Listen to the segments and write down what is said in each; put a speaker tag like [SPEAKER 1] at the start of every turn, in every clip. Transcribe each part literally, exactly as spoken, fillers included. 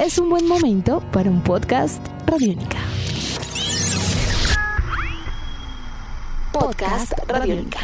[SPEAKER 1] es un buen momento para un podcast Radiónica. Podcast Radiónica.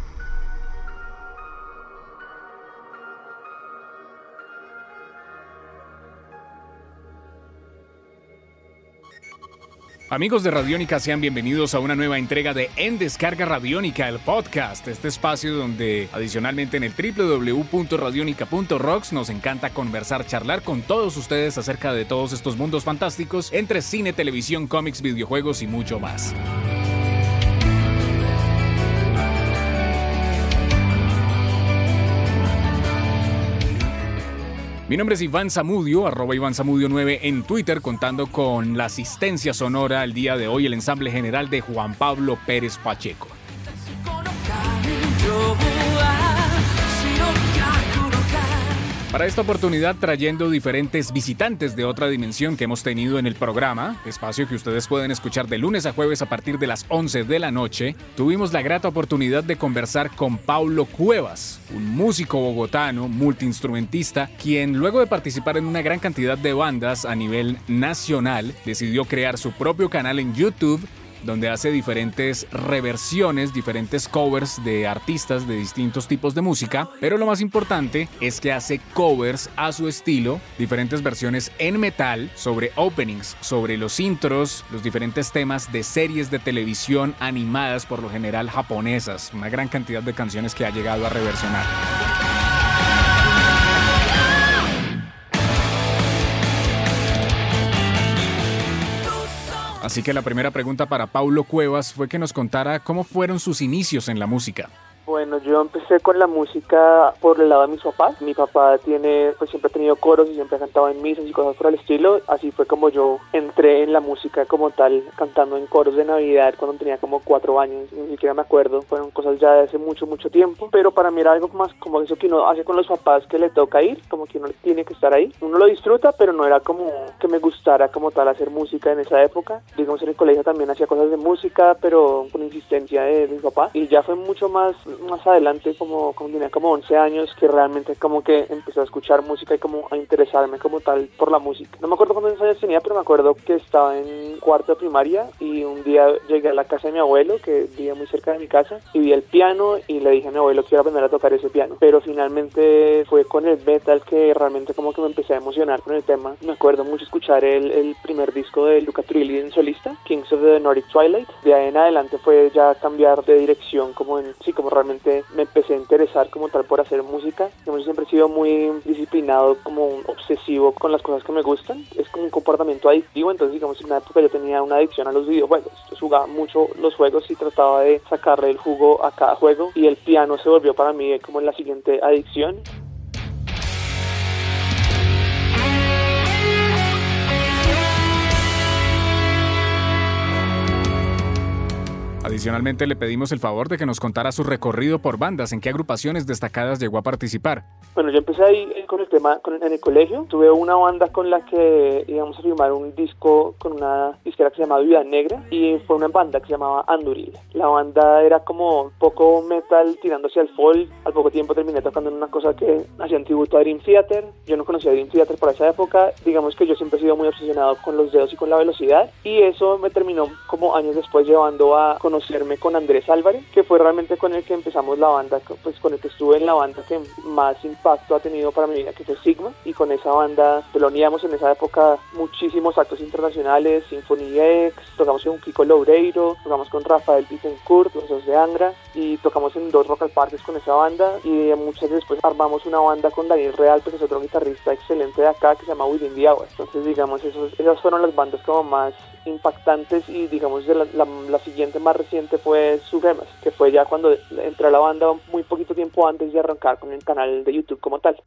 [SPEAKER 2] Amigos de Radiónica, sean bienvenidos a una nueva entrega de En Descarga Radiónica, el podcast, este espacio donde adicionalmente en el doble u doble u doble u punto radionica punto rocks nos encanta conversar, charlar con todos ustedes acerca de todos estos mundos fantásticos entre cine, televisión, cómics, videojuegos y mucho más. Mi nombre es Iván Zamudio, arroba Iván Zamudio nueve en Twitter, contando con la asistencia sonora el día de hoy, el ensamble general de Juan Pablo Pérez Pacheco. Para esta oportunidad trayendo diferentes visitantes de otra dimensión que hemos tenido en el programa, espacio que ustedes pueden escuchar de lunes a jueves a partir de las once de la noche, tuvimos la grata oportunidad de conversar con Paulo Cuevas, un músico bogotano, multiinstrumentista, quien luego de participar en una gran cantidad de bandas a nivel nacional, decidió crear su propio canal en YouTube, donde hace diferentes reversiones, diferentes covers de artistas de distintos tipos de música, pero lo más importante es que hace covers a su estilo, diferentes versiones en metal sobre openings, sobre los intros, los diferentes temas de series de televisión animadas, por lo general japonesas, una gran cantidad de canciones que ha llegado a reversionar. Así que la primera pregunta para Paulo Cuevas fue que nos contara cómo fueron sus inicios en la música.
[SPEAKER 3] Bueno, yo empecé con la música por el lado de mis papás. Mi papá tiene, pues siempre ha tenido coros y siempre ha cantado en misas y cosas por el estilo. Así fue como yo entré en la música como tal, cantando en coros de Navidad cuando tenía como cuatro años. Ni siquiera me acuerdo, fueron cosas ya de hace mucho, mucho tiempo. Pero para mí era algo más como eso que uno hace con los papás, que le toca ir, como que uno tiene que estar ahí. Uno lo disfruta, pero no era como que me gustara como tal hacer música en esa época. Digamos, en el colegio también hacía cosas de música, pero con insistencia de, de mi papá. Y ya fue mucho más... más adelante, como cuando tenía como once años, que realmente como que empecé a escuchar música y como a interesarme como tal por la música. No me acuerdo cuántos años tenía, pero me acuerdo que estaba en cuarto de primaria y un día llegué a la casa de mi abuelo, que vivía muy cerca de mi casa, y vi el piano y le dije a mi abuelo, quiero aprender a tocar ese piano. Pero finalmente fue con el metal que realmente como que me empecé a emocionar con el tema. Me acuerdo mucho escuchar el, el primer disco de Luca Turilli en solista, Kings of the Nordic Twilight. De ahí en adelante fue ya cambiar de dirección, como en, sí, como realmente me empecé a interesar como tal por hacer música. Yo siempre he sido muy disciplinado, como un obsesivo con las cosas que me gustan. Es como un comportamiento adictivo, entonces digamos en una época yo tenía una adicción a los videojuegos. Yo jugaba mucho los juegos y trataba de sacarle el jugo a cada juego, y el piano se volvió para mí como la siguiente adicción.
[SPEAKER 2] Adicionalmente, le pedimos el favor de que nos contara su recorrido por bandas, en qué agrupaciones destacadas llegó a participar.
[SPEAKER 3] Bueno, yo empecé ahí con el tema con, en el colegio. Tuve una banda con la que íbamos a firmar un disco con una disquera que se llamaba Vida Negra, y fue una banda que se llamaba Anduril. La banda era como un poco metal tirándose al folk. Al poco tiempo terminé tocando en una cosa que hacían tributo a Dream Theater. Yo no conocía a Dream Theater por esa época. Digamos que yo siempre he sido muy obsesionado con los dedos y con la velocidad, y eso me terminó como años después llevando a conocerme con Andrés Álvarez, que fue realmente con el que empezamos la banda, pues con el que estuve en la banda que más impacto ha tenido para mi vida, que fue Sigma, y con esa banda teloneamos en esa época muchísimos actos internacionales, Symphony X, tocamos con Kiko Loureiro, tocamos con Rafael Bittencourt, los dos de Angra, y tocamos en dos Rock al Parques con esa banda, y muchas veces después armamos una banda con Daniel Real, que es otro guitarrista excelente de acá, que se llama Within the Hour. Entonces digamos, esos, esas fueron las bandas como más impactantes, y digamos de la, la, la siguiente más reciente fue Supremas, que fue ya cuando entré a la banda muy poquito tiempo antes de arrancar con el canal de YouTube como tal.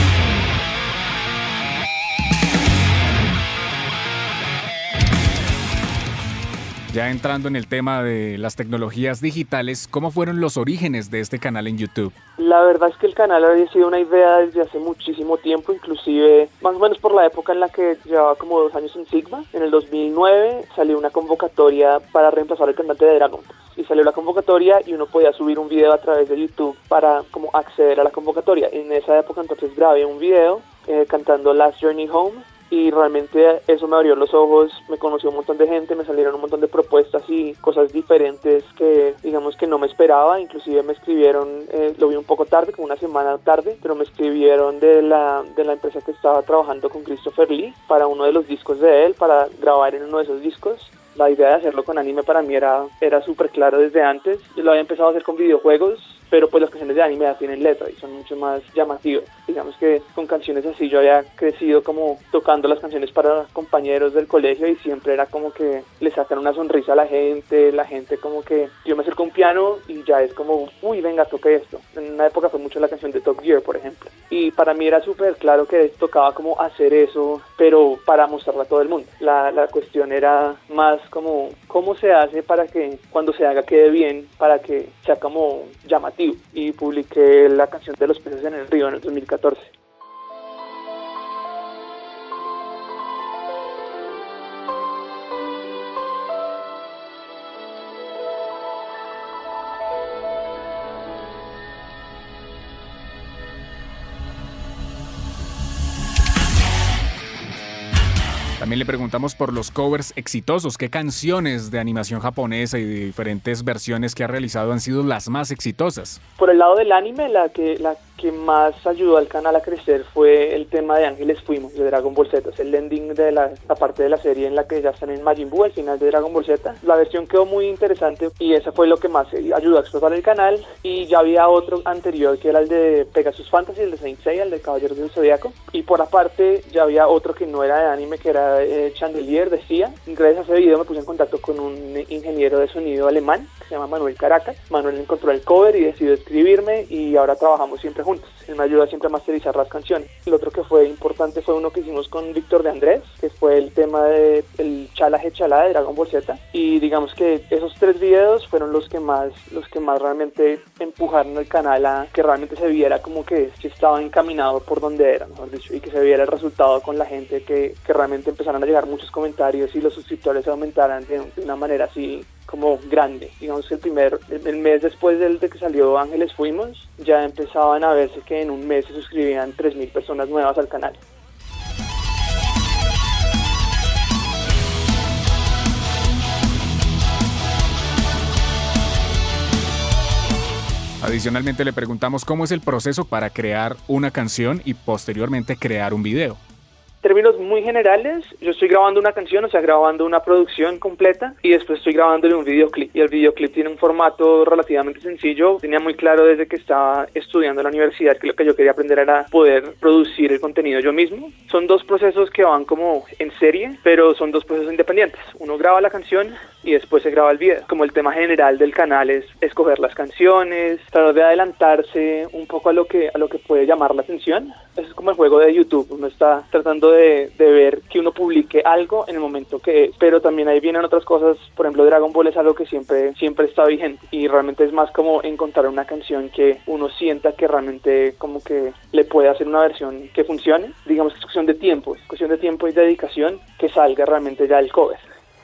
[SPEAKER 2] Ya entrando en el tema de las tecnologías digitales, ¿cómo fueron los orígenes de este canal en YouTube?
[SPEAKER 3] La verdad es que el canal había sido una idea desde hace muchísimo tiempo, inclusive más o menos por la época en la que llevaba como dos años en Sigma. En el dos mil nueve salió una convocatoria para reemplazar al cantante de Dragon Ball. Y salió la convocatoria y uno podía subir un video a través de YouTube para como acceder a la convocatoria. En esa época entonces grabé un video eh, cantando Last Journey Home y realmente eso me abrió los ojos, me conoció un montón de gente, me salieron un montón de propuestas y cosas diferentes que digamos que no me esperaba, inclusive me escribieron, eh, lo vi un poco tarde, como una semana tarde, pero me escribieron de la, de la empresa que estaba trabajando con Christopher Lee para uno de los discos de él, para grabar en uno de esos discos. La idea de hacerlo con anime para mí era, era súper claro desde antes. Yo lo había empezado a hacer con videojuegos, pero pues las canciones de anime ya tienen letra y son mucho más llamativas. Digamos que con canciones así yo había crecido como tocando las canciones para compañeros del colegio y siempre era como que le sacan una sonrisa a la gente, la gente como que yo me acerco a un piano y ya es como, uy, venga, toque esto. En una época fue mucho la canción de Top Gear, por ejemplo. Y para mí era súper claro que tocaba como hacer eso, pero para mostrarla a todo el mundo. La, la cuestión era más como cómo se hace para que cuando se haga quede bien, para que sea como llamativo. Y publiqué la canción de los peces en el río en el dos mil catorce.
[SPEAKER 2] También le preguntamos por los covers exitosos. ¿Qué canciones de animación japonesa y de diferentes versiones que ha realizado han sido las más exitosas?
[SPEAKER 3] Por el lado del anime, la que, la que más ayudó al canal a crecer fue el tema de Ángeles Fuimos, de Dragon Ball Z. Es el ending de la, la parte de la serie en la que ya están en Majin Buu, al final de Dragon Ball Z. La versión quedó muy interesante y esa fue lo que más ayudó a explotar el canal. Y ya había otro anterior que era el de Pegasus Fantasy, el de Saint Seiya, el de Caballeros del Zodiaco. Y por aparte ya había otro que no era de anime, que era Eh, Chandelier, decía. Gracias a ese video me puse en contacto con un ingeniero de sonido alemán que se llama Manuel Caracas. Manuel encontró el cover y decidió escribirme y ahora trabajamos siempre juntos. Él me ayuda siempre a masterizar las canciones. El otro que fue importante fue uno que hicimos con Víctor de Andrés, que fue el tema de el Chala He Chala de Dragon Ball Z, y digamos que esos tres videos fueron los que más los que más realmente empujaron el canal a que realmente se viera como que se estaba encaminado por donde era, mejor dicho, y que se viera el resultado con la gente, que, que realmente empezaron a llegar muchos comentarios y los suscriptores aumentaran de, de una manera así como grande. Digamos que el primer el, el mes después del de que salió Ángeles Fuimos, ya empezaban a verse que en un mes se suscribían tres mil personas nuevas al canal.
[SPEAKER 2] Adicionalmente le preguntamos cómo es el proceso para crear una canción y posteriormente crear un video.
[SPEAKER 3] Términos muy generales, yo estoy grabando una canción, o sea, grabando una producción completa y después estoy grabándole un videoclip. Y el videoclip tiene un formato relativamente sencillo. Tenía muy claro desde que estaba estudiando en la universidad que lo que yo quería aprender era poder producir el contenido yo mismo. Son dos procesos que van como en serie, pero son dos procesos independientes. Uno graba la canción y después se graba el video. Como el tema general del canal es escoger las canciones, tratar de adelantarse un poco a lo que a lo que puede llamar la atención. Eso es como el juego de YouTube. Uno está tratando de, de ver que uno publique algo en el momento que es, pero también ahí vienen otras cosas. Por ejemplo, Dragon Ball es algo que siempre siempre está vigente y realmente es más como encontrar una canción que uno sienta que realmente como que le puede hacer una versión que funcione. Digamos que es cuestión de tiempo, es cuestión de tiempo y dedicación que salga realmente ya el cover.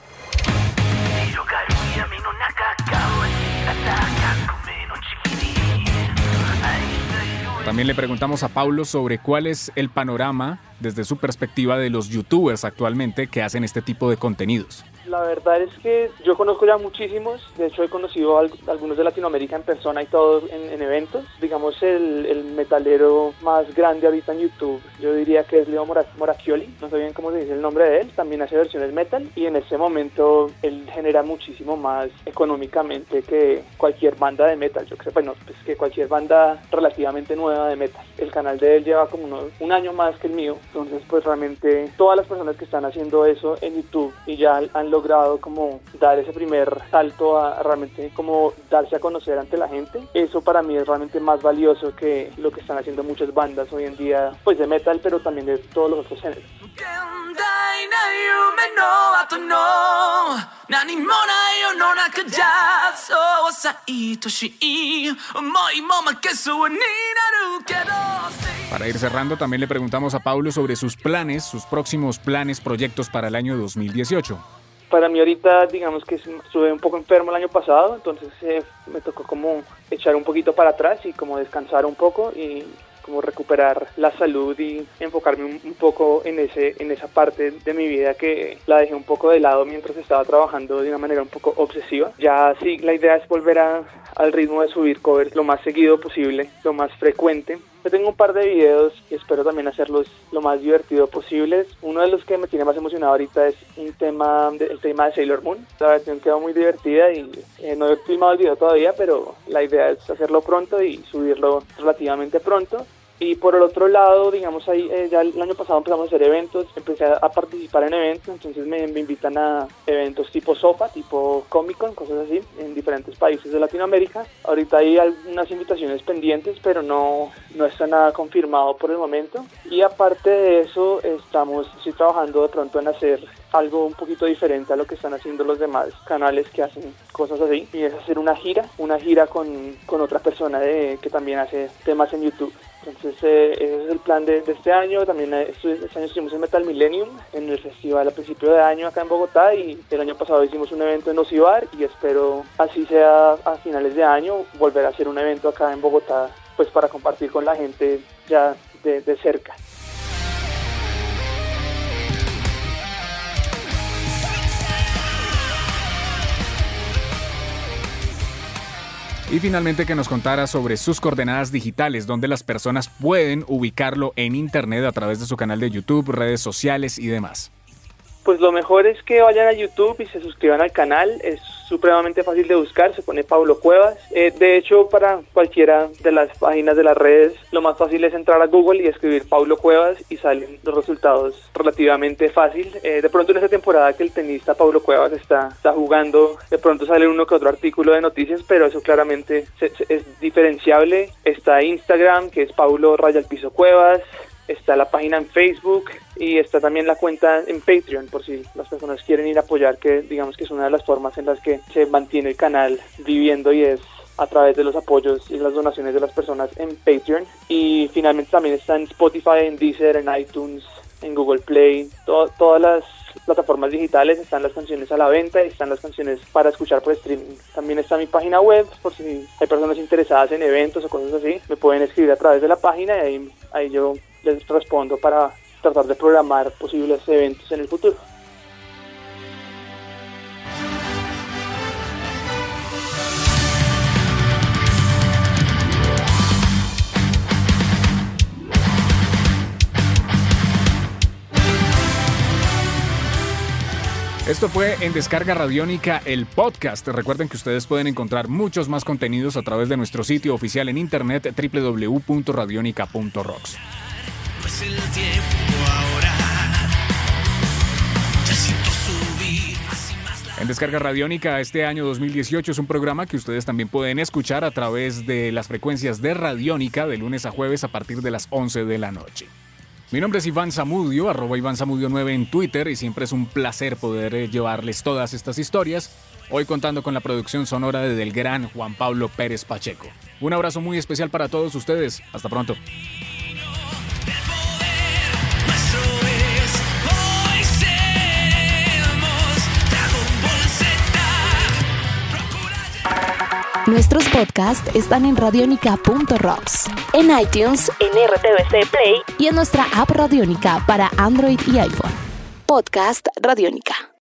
[SPEAKER 2] También le preguntamos a Paulo sobre cuál es el panorama desde su perspectiva de los youtubers actualmente que hacen este tipo de contenidos.
[SPEAKER 3] La verdad es que yo conozco ya muchísimos, de hecho he conocido a algunos de Latinoamérica en persona y todos en, en eventos. Digamos el, el metalero más grande ahorita en YouTube, yo diría que es Leo Mora, Moracchioli, no sé bien cómo se dice el nombre de él, también hace versiones metal y en ese momento él genera muchísimo más económicamente que cualquier banda de metal, yo creo, bueno, pues que cualquier banda relativamente nueva de metal. El canal de él lleva como unos, un año más que el mío, entonces pues realmente todas las personas que están haciendo eso en YouTube y ya han logrado como dar ese primer salto a realmente como darse a conocer ante la gente, eso para mí es realmente más valioso que lo que están haciendo muchas bandas hoy en día, pues de metal, pero también de todos los otros géneros.
[SPEAKER 2] Para ir cerrando, también le preguntamos a Paulo sobre sus planes, sus próximos planes, proyectos para el año dos mil dieciocho.
[SPEAKER 3] Para mí ahorita, digamos que estuve un poco enfermo el año pasado, entonces eh, me tocó como echar un poquito para atrás y como descansar un poco y como recuperar la salud y enfocarme un, un poco en ese en esa parte de mi vida que la dejé un poco de lado mientras estaba trabajando de una manera un poco obsesiva. Ya sí, la idea es volver a, al ritmo de subir covers lo más seguido posible, lo más frecuente. Yo tengo un par de videos y espero también hacerlos lo más divertido posible. Uno de los que me tiene más emocionado ahorita es un tema, de, el tema de Sailor Moon. La versión quedó muy divertida y eh, no he filmado el video todavía, pero la idea es hacerlo pronto y subirlo relativamente pronto. Y por el otro lado, digamos, ahí eh, ya el año pasado empezamos a hacer eventos, empecé a, a participar en eventos, entonces me, me invitan a eventos tipo SOFA, tipo Comic Con, cosas así, en diferentes países de Latinoamérica. Ahorita hay algunas invitaciones pendientes, pero no, no está nada confirmado por el momento. Y aparte de eso, estamos estoy trabajando de pronto en hacer algo un poquito diferente a lo que están haciendo los demás canales que hacen cosas así, y es hacer una gira, una gira con, con otra persona de, que también hace temas en YouTube. Entonces eh, ese es el plan de, de este año. También eh, este año estuvimos en Metal Millennium, en el festival a principio de año acá en Bogotá, y el año pasado hicimos un evento en Ocibar y espero así sea a finales de año volver a hacer un evento acá en Bogotá, pues para compartir con la gente ya de, de cerca.
[SPEAKER 2] Y finalmente que nos contara sobre sus coordenadas digitales, donde las personas pueden ubicarlo en internet a través de su canal de YouTube, redes sociales y demás.
[SPEAKER 3] Pues lo mejor es que vayan a YouTube y se suscriban al canal. Es supremamente fácil de buscar, se pone Pablo Cuevas. Eh, de hecho, para cualquiera de las páginas de las redes, lo más fácil es entrar a Google y escribir Pablo Cuevas y salen los resultados relativamente fácil. Eh, de pronto en esta temporada que el tenista Pablo Cuevas está, está jugando, de pronto sale uno que otro artículo de noticias, pero eso claramente se, se, es diferenciable. Está Instagram, que es Pablo Raya al Piso Cuevas. Está la página en Facebook y está también la cuenta en Patreon, por si las personas quieren ir a apoyar, que digamos que es una de las formas en las que se mantiene el canal viviendo, y es a través de los apoyos y las donaciones de las personas en Patreon. Y finalmente también está en Spotify, en Deezer, en iTunes, en Google Play, to- todas las plataformas digitales están las canciones a la venta y están las canciones para escuchar por streaming. También está mi página web, por si hay personas interesadas en eventos o cosas así, me pueden escribir a través de la página y ahí, ahí yo les respondo para tratar de programar posibles eventos en el futuro.
[SPEAKER 2] Esto fue En Descarga Radiónica, el podcast. Recuerden que ustedes pueden encontrar muchos más contenidos a través de nuestro sitio oficial en internet doble u doble u doble u punto radionica punto rocks.
[SPEAKER 4] Pues el tiempo ahora, ya siento subir más y más la...
[SPEAKER 2] En Descarga Radiónica este año dos mil dieciocho es un programa que ustedes también pueden escuchar a través de las frecuencias de Radiónica de lunes a jueves a partir de las once de la noche. Mi nombre es Iván Zamudio, arroba Iván Zamudio nueve en Twitter, y siempre es un placer poder llevarles todas estas historias, hoy contando con la producción sonora del gran Juan Pablo Pérez Pacheco. Un abrazo muy especial para todos ustedes. Hasta pronto.
[SPEAKER 1] Nuestros podcasts están en radionica punto rocks, en iTunes, en R T V C Play y en nuestra app Radiónica para Android y iPhone. Podcast Radiónica.